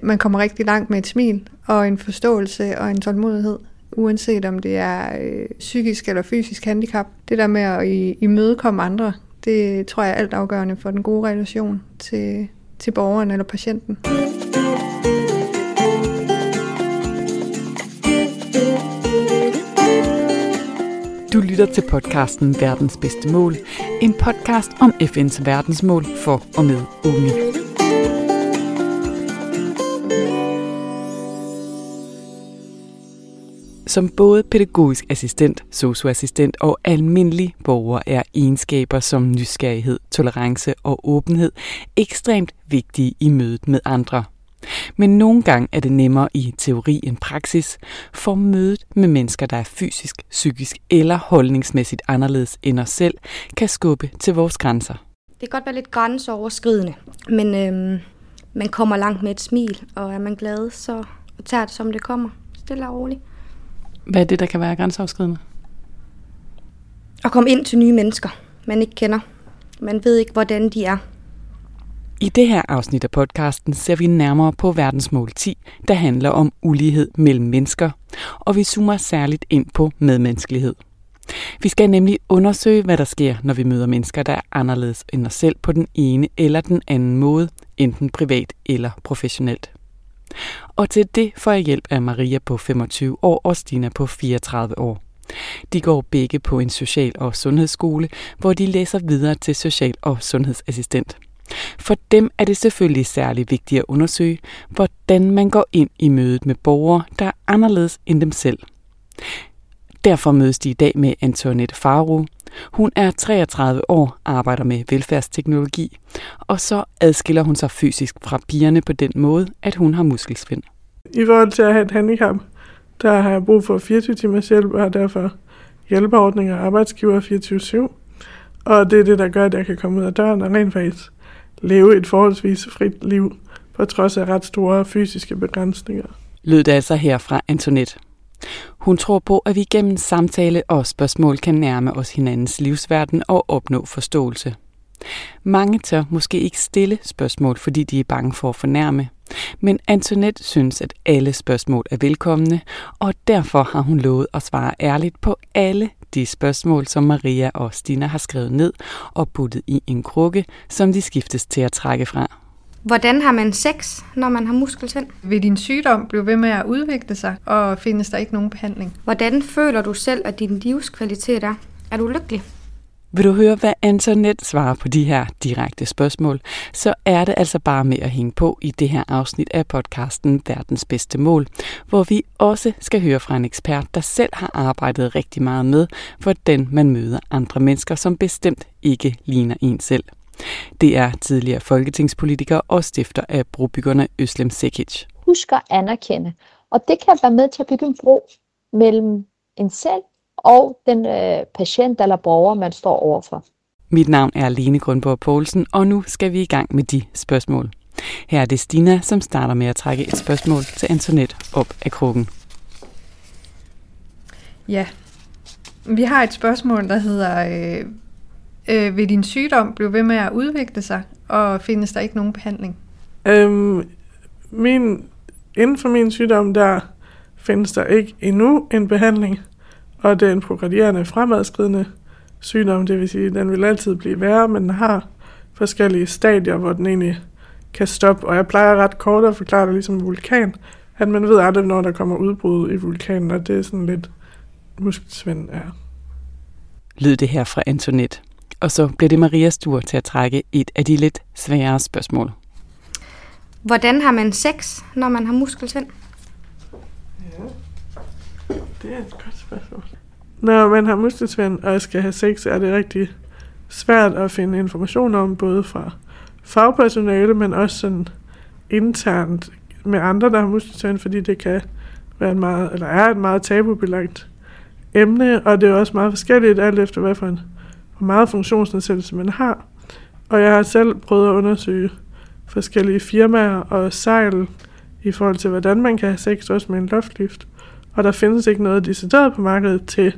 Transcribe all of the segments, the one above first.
man kommer rigtig langt med et smil og en forståelse og en tålmodighed, uanset om det er psykisk eller fysisk handicap. Det der med at imødekomme andre, det tror jeg er altafgørende for den gode relation til borgeren eller patienten. Du lytter til podcasten Verdens Bedste Mål, en podcast om FN's verdensmål for og med unge. Som både pædagogisk assistent, sosu-assistent og almindelig borger er egenskaber som nysgerrighed, tolerance og åbenhed ekstremt vigtige i mødet med andre. Men nogle gange er det nemmere i teori end praksis, for mødet med mennesker, der er fysisk, psykisk eller holdningsmæssigt anderledes end os selv, kan skubbe til vores grænser. Det kan godt være lidt grænseoverskridende, men man kommer langt med et smil, og er man glad, så tager det som det kommer, stille og roligt. Hvad er det, der kan være grænseoverskridende? At komme ind til nye mennesker, man ikke kender. Man ved ikke, hvordan de er. I det her afsnit af podcasten ser vi nærmere på verdensmål 10, der handler om ulighed mellem mennesker, og vi zoomer særligt ind på medmenneskelighed. Vi skal nemlig undersøge, hvad der sker, når vi møder mennesker, der er anderledes end os selv på den ene eller den anden måde, enten privat eller professionelt. Og til det får jeg hjælp af Maria på 25 år og Stina på 34 år. De går begge på en social- og sundhedsskole, hvor de læser videre til social- og sundhedsassistent. For dem er det selvfølgelig særlig vigtigt at undersøge, hvordan man går ind i mødet med borgere, der er anderledes end dem selv. Derfor mødes de i dag med Antoinette Farrow. Hun er 33 år, arbejder med velfærdsteknologi, og så adskiller hun sig fysisk fra pigerne på den måde, at hun har muskelsvind. I forhold til at have et handicap, der har jeg brug for 24 timers hjælp, og har derfor hjælpeordninger og arbejdsgiver 24/7. Og det er det, der gør, at jeg kan komme ud af døren og rent faktisk leve et forholdsvis frit liv, på trods af ret store fysiske begrænsninger. Lød det altså her fra Antoinette. Hun tror på, at vi gennem samtale og spørgsmål kan nærme os hinandens livsverden og opnå forståelse. Mange tør måske ikke stille spørgsmål, fordi de er bange for at fornærme. Men Antoinette synes, at alle spørgsmål er velkomne, og derfor har hun lovet at svare ærligt på alle de spørgsmål, som Maria og Stina har skrevet ned og puttet i en krukke, som de skiftes til at trække fra. Hvordan har man sex, når man har muskelsvind? Vil din sygdom blive ved med at udvikle sig, og findes der ikke nogen behandling? Hvordan føler du selv, at din livskvalitet er? Er du lykkelig? Vil du høre, hvad Antoinette svarer på de her direkte spørgsmål, så er det altså bare med at hænge på i det her afsnit af podcasten Verdens Bedste Mål, hvor vi også skal høre fra en ekspert, der selv har arbejdet rigtig meget med, hvordan man møder andre mennesker, som bestemt ikke ligner en selv. Det er tidligere folketingspolitiker og stifter af Brobyggerne Özlem Cekic. Husk at anerkende, og det kan være med til at bygge en bro mellem en selv og den patient eller borger, man står overfor. Mit navn er Lene Grønborg Poulsen, og nu skal vi i gang med de spørgsmål. Her er det Stina, som starter med at trække et spørgsmål til Antoinette op af krukken. Ja, vi har et spørgsmål, der hedder, vil din sygdom blive ved med at udvikle sig, og findes der ikke nogen behandling? Inden for min sygdom, der findes der ikke endnu en behandling, og det er en progredierende fremadskridende sygdom, det vil sige, at den vil altid blive værre, men den har forskellige stadier, hvor den egentlig kan stoppe. Og jeg plejer ret kort at forklare det ligesom en vulkan, at man ved aldrig, når der kommer udbrud i vulkanen, og det er sådan lidt muskelsvind er. Lyd det her fra Antoinette. Og så bliver det Marias tur til at trække et af de lidt sværere spørgsmål. Hvordan har man sex, når man har muskelsvind? Ja, det er et godt spørgsmål. Når man har muskelsvind og skal have sex, er det rigtig svært at finde information om, både fra fagpersonale, men også sådan internt med andre, der har muskelsvind, fordi det kan være et meget tabubelagt emne, og det er også meget forskelligt, alt efter hvor meget funktionsnedsættelse man har. Og jeg har selv prøvet at undersøge forskellige firmaer og sejl i forhold til, hvordan man kan have sex også med en luftlift. Og der findes ikke noget decideret på markedet til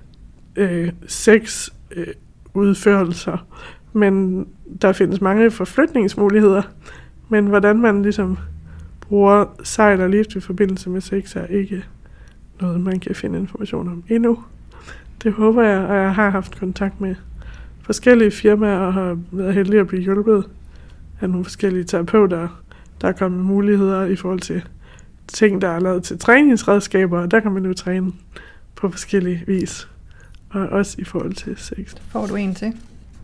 sexudførelser. Men der findes mange forflytningsmuligheder. Men hvordan man ligesom bruger sejl og lift i forbindelse med sex, er ikke noget, man kan finde information om endnu. Det håber jeg, og jeg har haft kontakt med forskellige firmaer og har været heldig at blive hjulpet af nogle forskellige terapeuter, der er kommet muligheder i forhold til ting, der er lavet til træningsredskaber, og der kan man jo træne på forskellige vis. Og også i forhold til sex. Får du en til?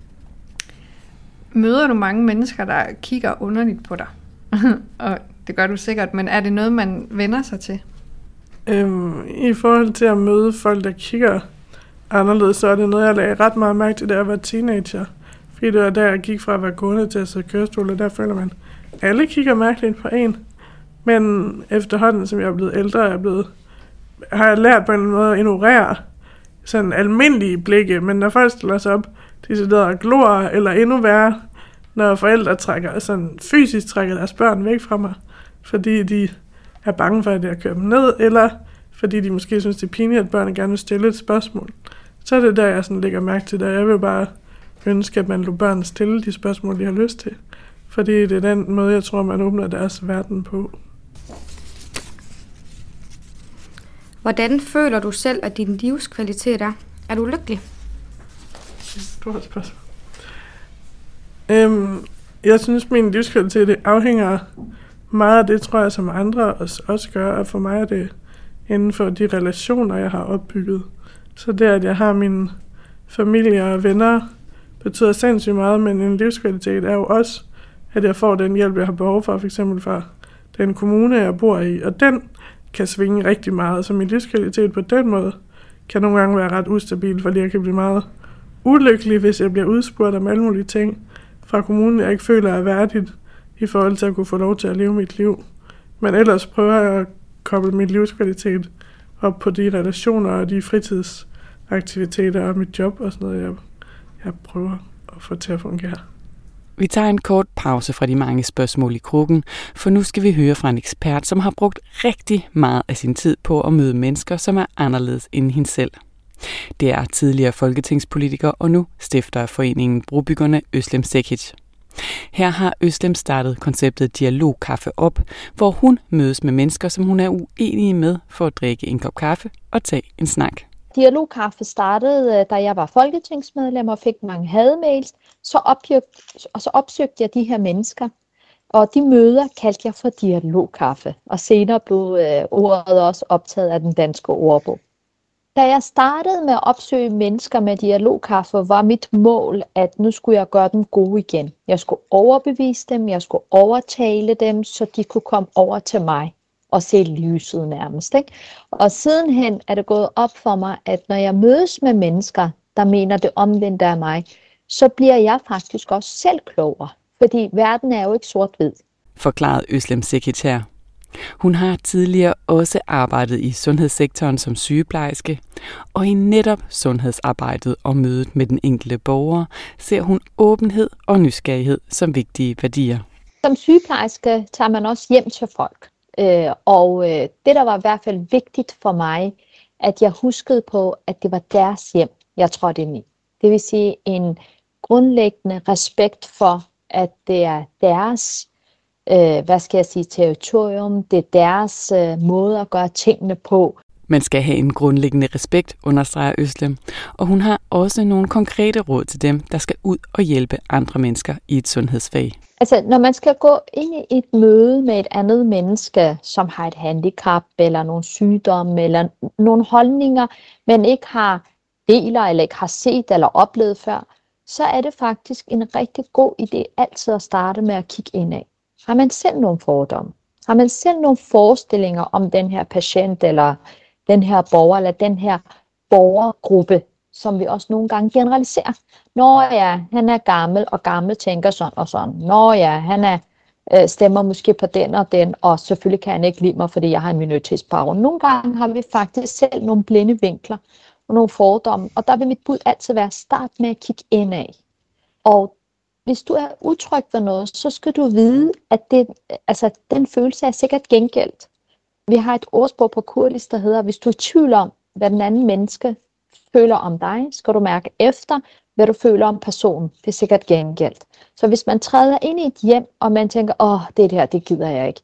Møder du mange mennesker, der kigger underligt på dig? Og det gør du sikkert, men er det noget, man vender sig til? I forhold til at møde folk, der kigger anderledes, så er det noget, jeg lagde ret meget mærke til, da jeg var teenager. Fordi det var der, jeg gik fra at være gående til at sidde i kørestol, og der føler man, alle kigger mærkeligt på en. Men efterhånden, som jeg er blevet ældre, har jeg lært på en måde at ignorere sådan almindelige blikke, men når folk stiller sig op, de sidder og glor, eller endnu værre, når forældre fysisk trækker deres børn væk fra mig, fordi de er bange for, at jeg kører dem ned, eller fordi de måske synes, det er pinligt, at børnene gerne vil stille et spørgsmål. Så er det der, jeg sådan lægger mærke til det. Jeg vil bare ønske, at man lader børn stille de spørgsmål, de har lyst til. Fordi det er den måde, jeg tror, man åbner deres verden på. Hvordan føler du selv, at din livskvalitet er? Er du lykkelig? Stort spørgsmål. Jeg synes, min livskvalitet det afhænger meget af det, tror jeg, som andre også gør. Og for mig er det inden for de relationer, jeg har opbygget. Så det, at jeg har min familie og venner, betyder sindssygt meget, men en livskvalitet er jo også, at jeg får den hjælp, jeg har behov for, f.eks. fra den kommune, jeg bor i. Og den kan svinge rigtig meget, så min livskvalitet på den måde kan nogle gange være ret ustabil, fordi jeg kan blive meget ulykkelig, hvis jeg bliver udspurgt om alle mulige ting fra kommunen, jeg ikke føler er værdigt i forhold til at kunne få lov til at leve mit liv. Men ellers prøver jeg at koble min livskvalitet op på de relationer og de fritidsaktiviteter og mit job og sådan noget, jeg prøver at få til at fungere. Vi tager en kort pause fra de mange spørgsmål i krukken, for nu skal vi høre fra en ekspert, som har brugt rigtig meget af sin tid på at møde mennesker, som er anderledes end hende selv. Det er tidligere folketingspolitiker og nu stifter af foreningen Brobyggerne Özlem Cekic. Her har Özlem startet konceptet Dialogkaffe op, hvor hun mødes med mennesker, som hun er uenige med for at drikke en kop kaffe og tage en snak. Dialogkaffe startede, da jeg var folketingsmedlem og fik mange hademails, så opsøgte jeg de her mennesker, og de møder kaldte jeg for dialogkaffe, og senere blev ordet også optaget af den danske ordbog. Da jeg startede med at opsøge mennesker med dialogkaffe, var mit mål, at nu skulle jeg gøre dem gode igen. Jeg skulle overbevise dem, jeg skulle overtale dem, så de kunne komme over til mig og se lyset nærmest. Ikke? Og sidenhen er det gået op for mig, at når jeg mødes med mennesker, der mener det omvendte af mig, så bliver jeg faktisk også selv klogere. Fordi verden er jo ikke sort-hvid. Forklarede Özlem Cekic her. Hun har tidligere også arbejdet i sundhedssektoren som sygeplejerske, og i netop sundhedsarbejdet og mødet med den enkelte borger ser hun åbenhed og nysgerrighed som vigtige værdier. Som sygeplejerske tager man også hjem til folk, og det der var i hvert fald vigtigt for mig, at jeg huskede på, at det var deres hjem, jeg trådte ind i. Det vil sige en grundlæggende respekt for, at det er deres territorium, det er deres måde at gøre tingene på. Man skal have en grundlæggende respekt, understreger Özlem, og hun har også nogle konkrete råd til dem, der skal ud og hjælpe andre mennesker i et sundhedsfag. Altså, når man skal gå ind i et møde med et andet menneske, som har et handicap, eller nogle sygdomme, eller nogle holdninger, man ikke har deler, eller ikke har set eller oplevet før, så er det faktisk en rigtig god idé altid at starte med at kigge indad. Har man selv nogle fordomme? Har man selv nogle forestillinger om den her patient, eller den her borger, eller den her borgergruppe, som vi også nogle gange generaliserer? Nå ja, han er gammel, og gamle tænker sådan og sådan. Nå ja, han stemmer måske på den og den, og selvfølgelig kan han ikke lide mig, fordi jeg har en minoritetsbaggrund. Nogle gange har vi faktisk selv nogle blinde vinkler og nogle fordomme, og der vil mit bud altid være start med at kigge indad. Og hvis du er utryg ved noget, så skal du vide, at den følelse er sikkert gengældt. Vi har et ordsprog på kurdisk, der hedder, hvis du er i tvivl om, hvad den anden menneske føler om dig, skal du mærke efter, hvad du føler om personen. Det er sikkert gengældt. Så hvis man træder ind i et hjem, og man tænker, det her, det gider jeg ikke,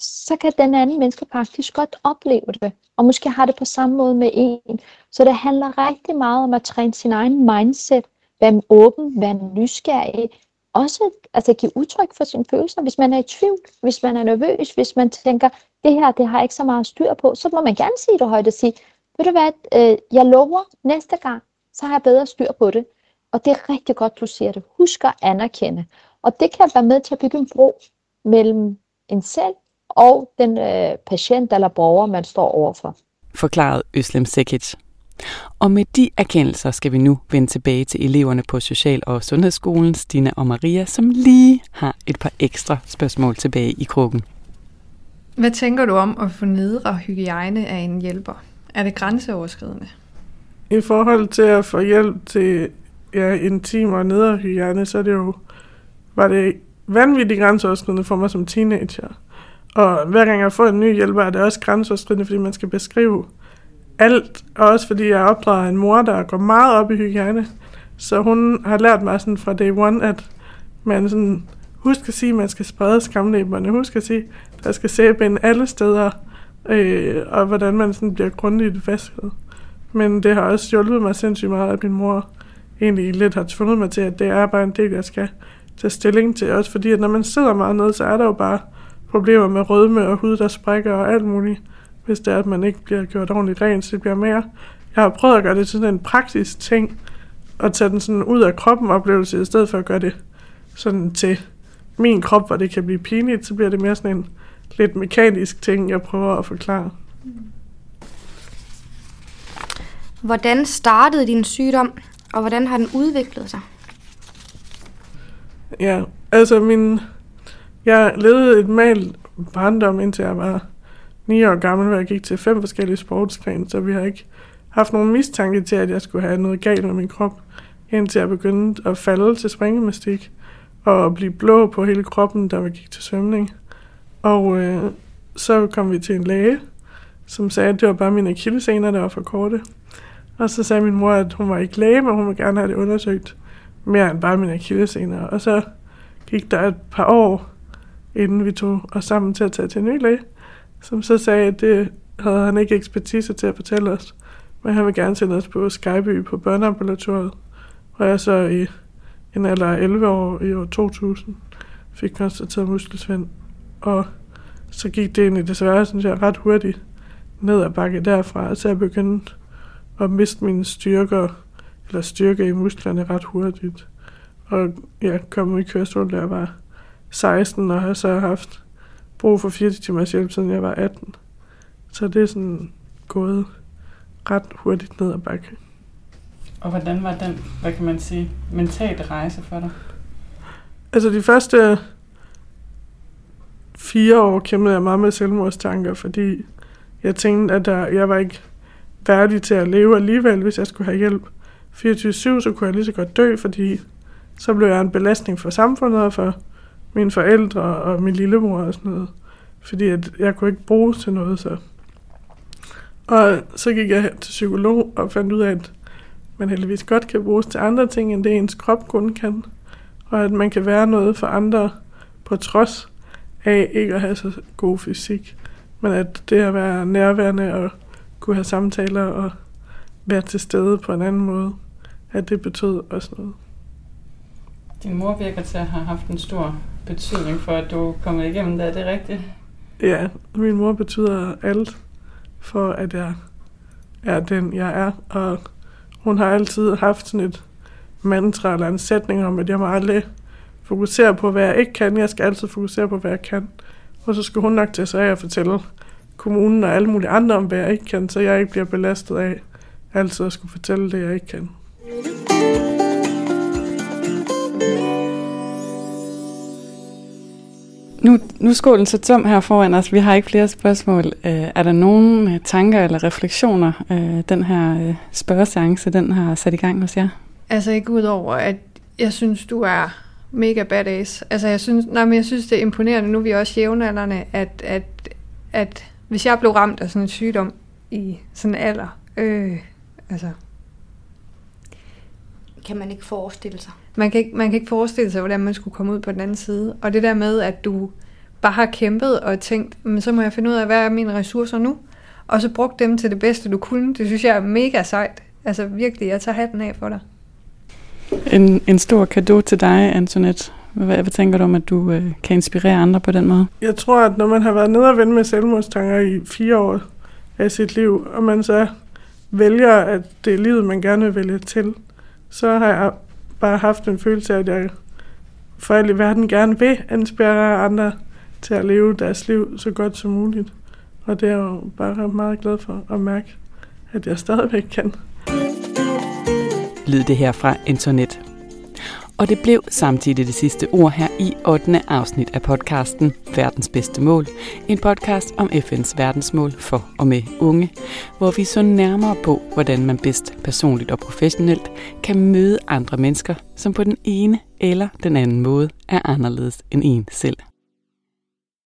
så kan den anden menneske faktisk godt opleve det, og måske har det på samme måde med en. Så det handler rigtig meget om at træne sin egen mindset, være åben, være nysgerrig, også altså give udtryk for sine følelser, hvis man er i tvivl, hvis man er nervøs, hvis man tænker, det her, det har jeg ikke så meget styr på, så må man gerne sige det højt og sige, ved du hvad, jeg lover næste gang, så har jeg bedre styr på det. Og det er rigtig godt, du siger det. Husk at anerkende. Og det kan være med til at bygge en bro mellem en selv og den patient eller borger, man står overfor. Forklarede Özlem Cekic. Og med de erkendelser skal vi nu vende tilbage til eleverne på Social- og Sundhedsskolen, Stina og Maria, som lige har et par ekstra spørgsmål tilbage i krukken. Hvad tænker du om at få nedre hygiejne af en hjælper? Er det grænseoverskridende? I forhold til at få hjælp til intim og nedre hygiejne, så var det vanvittigt grænseoverskridende for mig som teenager. Og hver gang jeg får en ny hjælper, er det også grænseoverskridende, fordi man skal beskrive alt. Og også fordi jeg opdrager en mor, der går meget op i hygiejne. Så hun har lært mig sådan fra day one, at man sådan, husk at sige, at man skal sprede skamlæberne. Husk at sige, at der skal sæbe alle steder. Og hvordan man sådan bliver grundigt vasket. Men det har også hjulpet mig sindssygt meget, at min mor egentlig lidt har tvunget mig til, at det er bare en del, jeg skal tage stilling til. Også fordi, at når man sidder meget nede, så er der jo bare problemer med rødme og hud, der sprækker og alt muligt. Hvis det er, at man ikke bliver gjort ordentligt rent, så det bliver mere. Jeg har prøvet at gøre det til sådan en praktisk ting, og tage den sådan ud af kroppen oplevelse, i stedet for at gøre det sådan til min krop, hvor det kan blive pinligt, så bliver det mere sådan en lidt mekanisk ting, jeg prøver at forklare. Hvordan startede din sygdom, og hvordan har den udviklet sig? Ja, altså jeg levede et normalt barndom, indtil jeg var 9 år gammel, hvor jeg gik til 5 forskellige sportsgrene, så vi har ikke haft nogen mistanke til, at jeg skulle have noget galt med min krop, indtil jeg begyndte at falde til springemastik og blive blå på hele kroppen, da vi gik til svømning. Og så kom vi til en læge, som sagde, at det var bare mine akillessener, der var for korte. Og så sagde min mor, at hun var ikke læge, men hun ville gerne have det undersøgt mere end bare mine akillessener. Og så gik der et par år, inden vi tog os sammen til at tage til en ny læge, som så sagde, at det havde han ikke ekspertise til at fortælle os. Men han ville gerne sende os på Skyby på børneambulatoriet. Og jeg så i en alder af 11 år i år 2000 fik konstateret muskelsvind. Og så gik det egentlig desværre, synes jeg, ret hurtigt ned ad bakke derfra. Så jeg begyndte at miste mine styrke i musklerne ret hurtigt. Og jeg kom i kørestol, da jeg var 16, og har så haft brug for 80 timers hjælp, siden jeg var 18. Så det er sådan gået ret hurtigt ned ad bakke. Og hvordan var den, hvad kan man sige, mentale rejse for dig? Altså de første 4 år kæmpede jeg meget med selvmordstanker, fordi jeg tænkte, at jeg var ikke værdig til at leve alligevel, hvis jeg skulle have hjælp. 24/7, så kunne jeg lige så godt dø, fordi så blev jeg en belastning for samfundet og for mine forældre og min lillemor og sådan noget. Fordi at jeg kunne ikke bruges til noget, så. Og så gik jeg til psykolog og fandt ud af, at man heldigvis godt kan bruges til andre ting, end det ens krop kun kan. Og at man kan være noget for andre på trods af ikke at have så god fysik. Men at det at være nærværende og kunne have samtaler og være til stede på en anden måde, at det betød også noget. Din mor virker til at have haft en stor betydning for, at du er kommet igennem det. Er det rigtigt? Ja, min mor betyder alt for, at jeg er den, jeg er. Og hun har altid haft sådan et mantra eller en sætning om, at jeg må aldrig fokusere på, hvad jeg ikke kan. Jeg skal altid fokusere på, hvad jeg kan. Og så skal hun nok til sig at fortælle kommunen og alle mulige andre om, hvad jeg ikke kan, så jeg ikke bliver belastet af altid at skulle fortælle det, jeg ikke kan. Nu er skålen så tom her foran os. Vi har ikke flere spørgsmål. Er der nogle tanker eller refleksioner, den her spørgeseance, den har sat i gang hos jer? Altså ikke ud over, at jeg synes, du er mega badass. Altså jeg synes det er imponerende, nu er vi også jævnaldrende, at hvis jeg blev ramt af sådan en sygdom i sådan en alder, Kan man ikke forestille sig. Man kan ikke forestille sig, hvordan man skulle komme ud på den anden side. Og det der med, at du bare har kæmpet og tænkt, men så må jeg finde ud af, hvad er mine ressourcer nu? Og så brugt dem til det bedste, du kunne. Det synes jeg er mega sejt. Altså virkelig, jeg tager hatten af for dig. En stor cadeau til dig, Antoinette. Hvad tænker du om, at du kan inspirere andre på den måde? Jeg tror, at når man har været nede og vende med selvmordstanker i 4 år af sit liv, og man så vælger, at det er livet, man gerne vil vælge til, så har jeg bare haft en følelse af, at jeg for alt i verden gerne vil inspirere andre til at leve deres liv så godt som muligt. Og det er jeg jo bare meget glad for at mærke, at jeg stadigvæk kan. Lyd det her fra Antoinette. Og det blev samtidig det sidste ord her i 8. afsnit af podcasten Verdens bedste mål. En podcast om FN's verdensmål for og med unge, hvor vi så nærmere på, hvordan man bedst personligt og professionelt kan møde andre mennesker, som på den ene eller den anden måde er anderledes end en selv.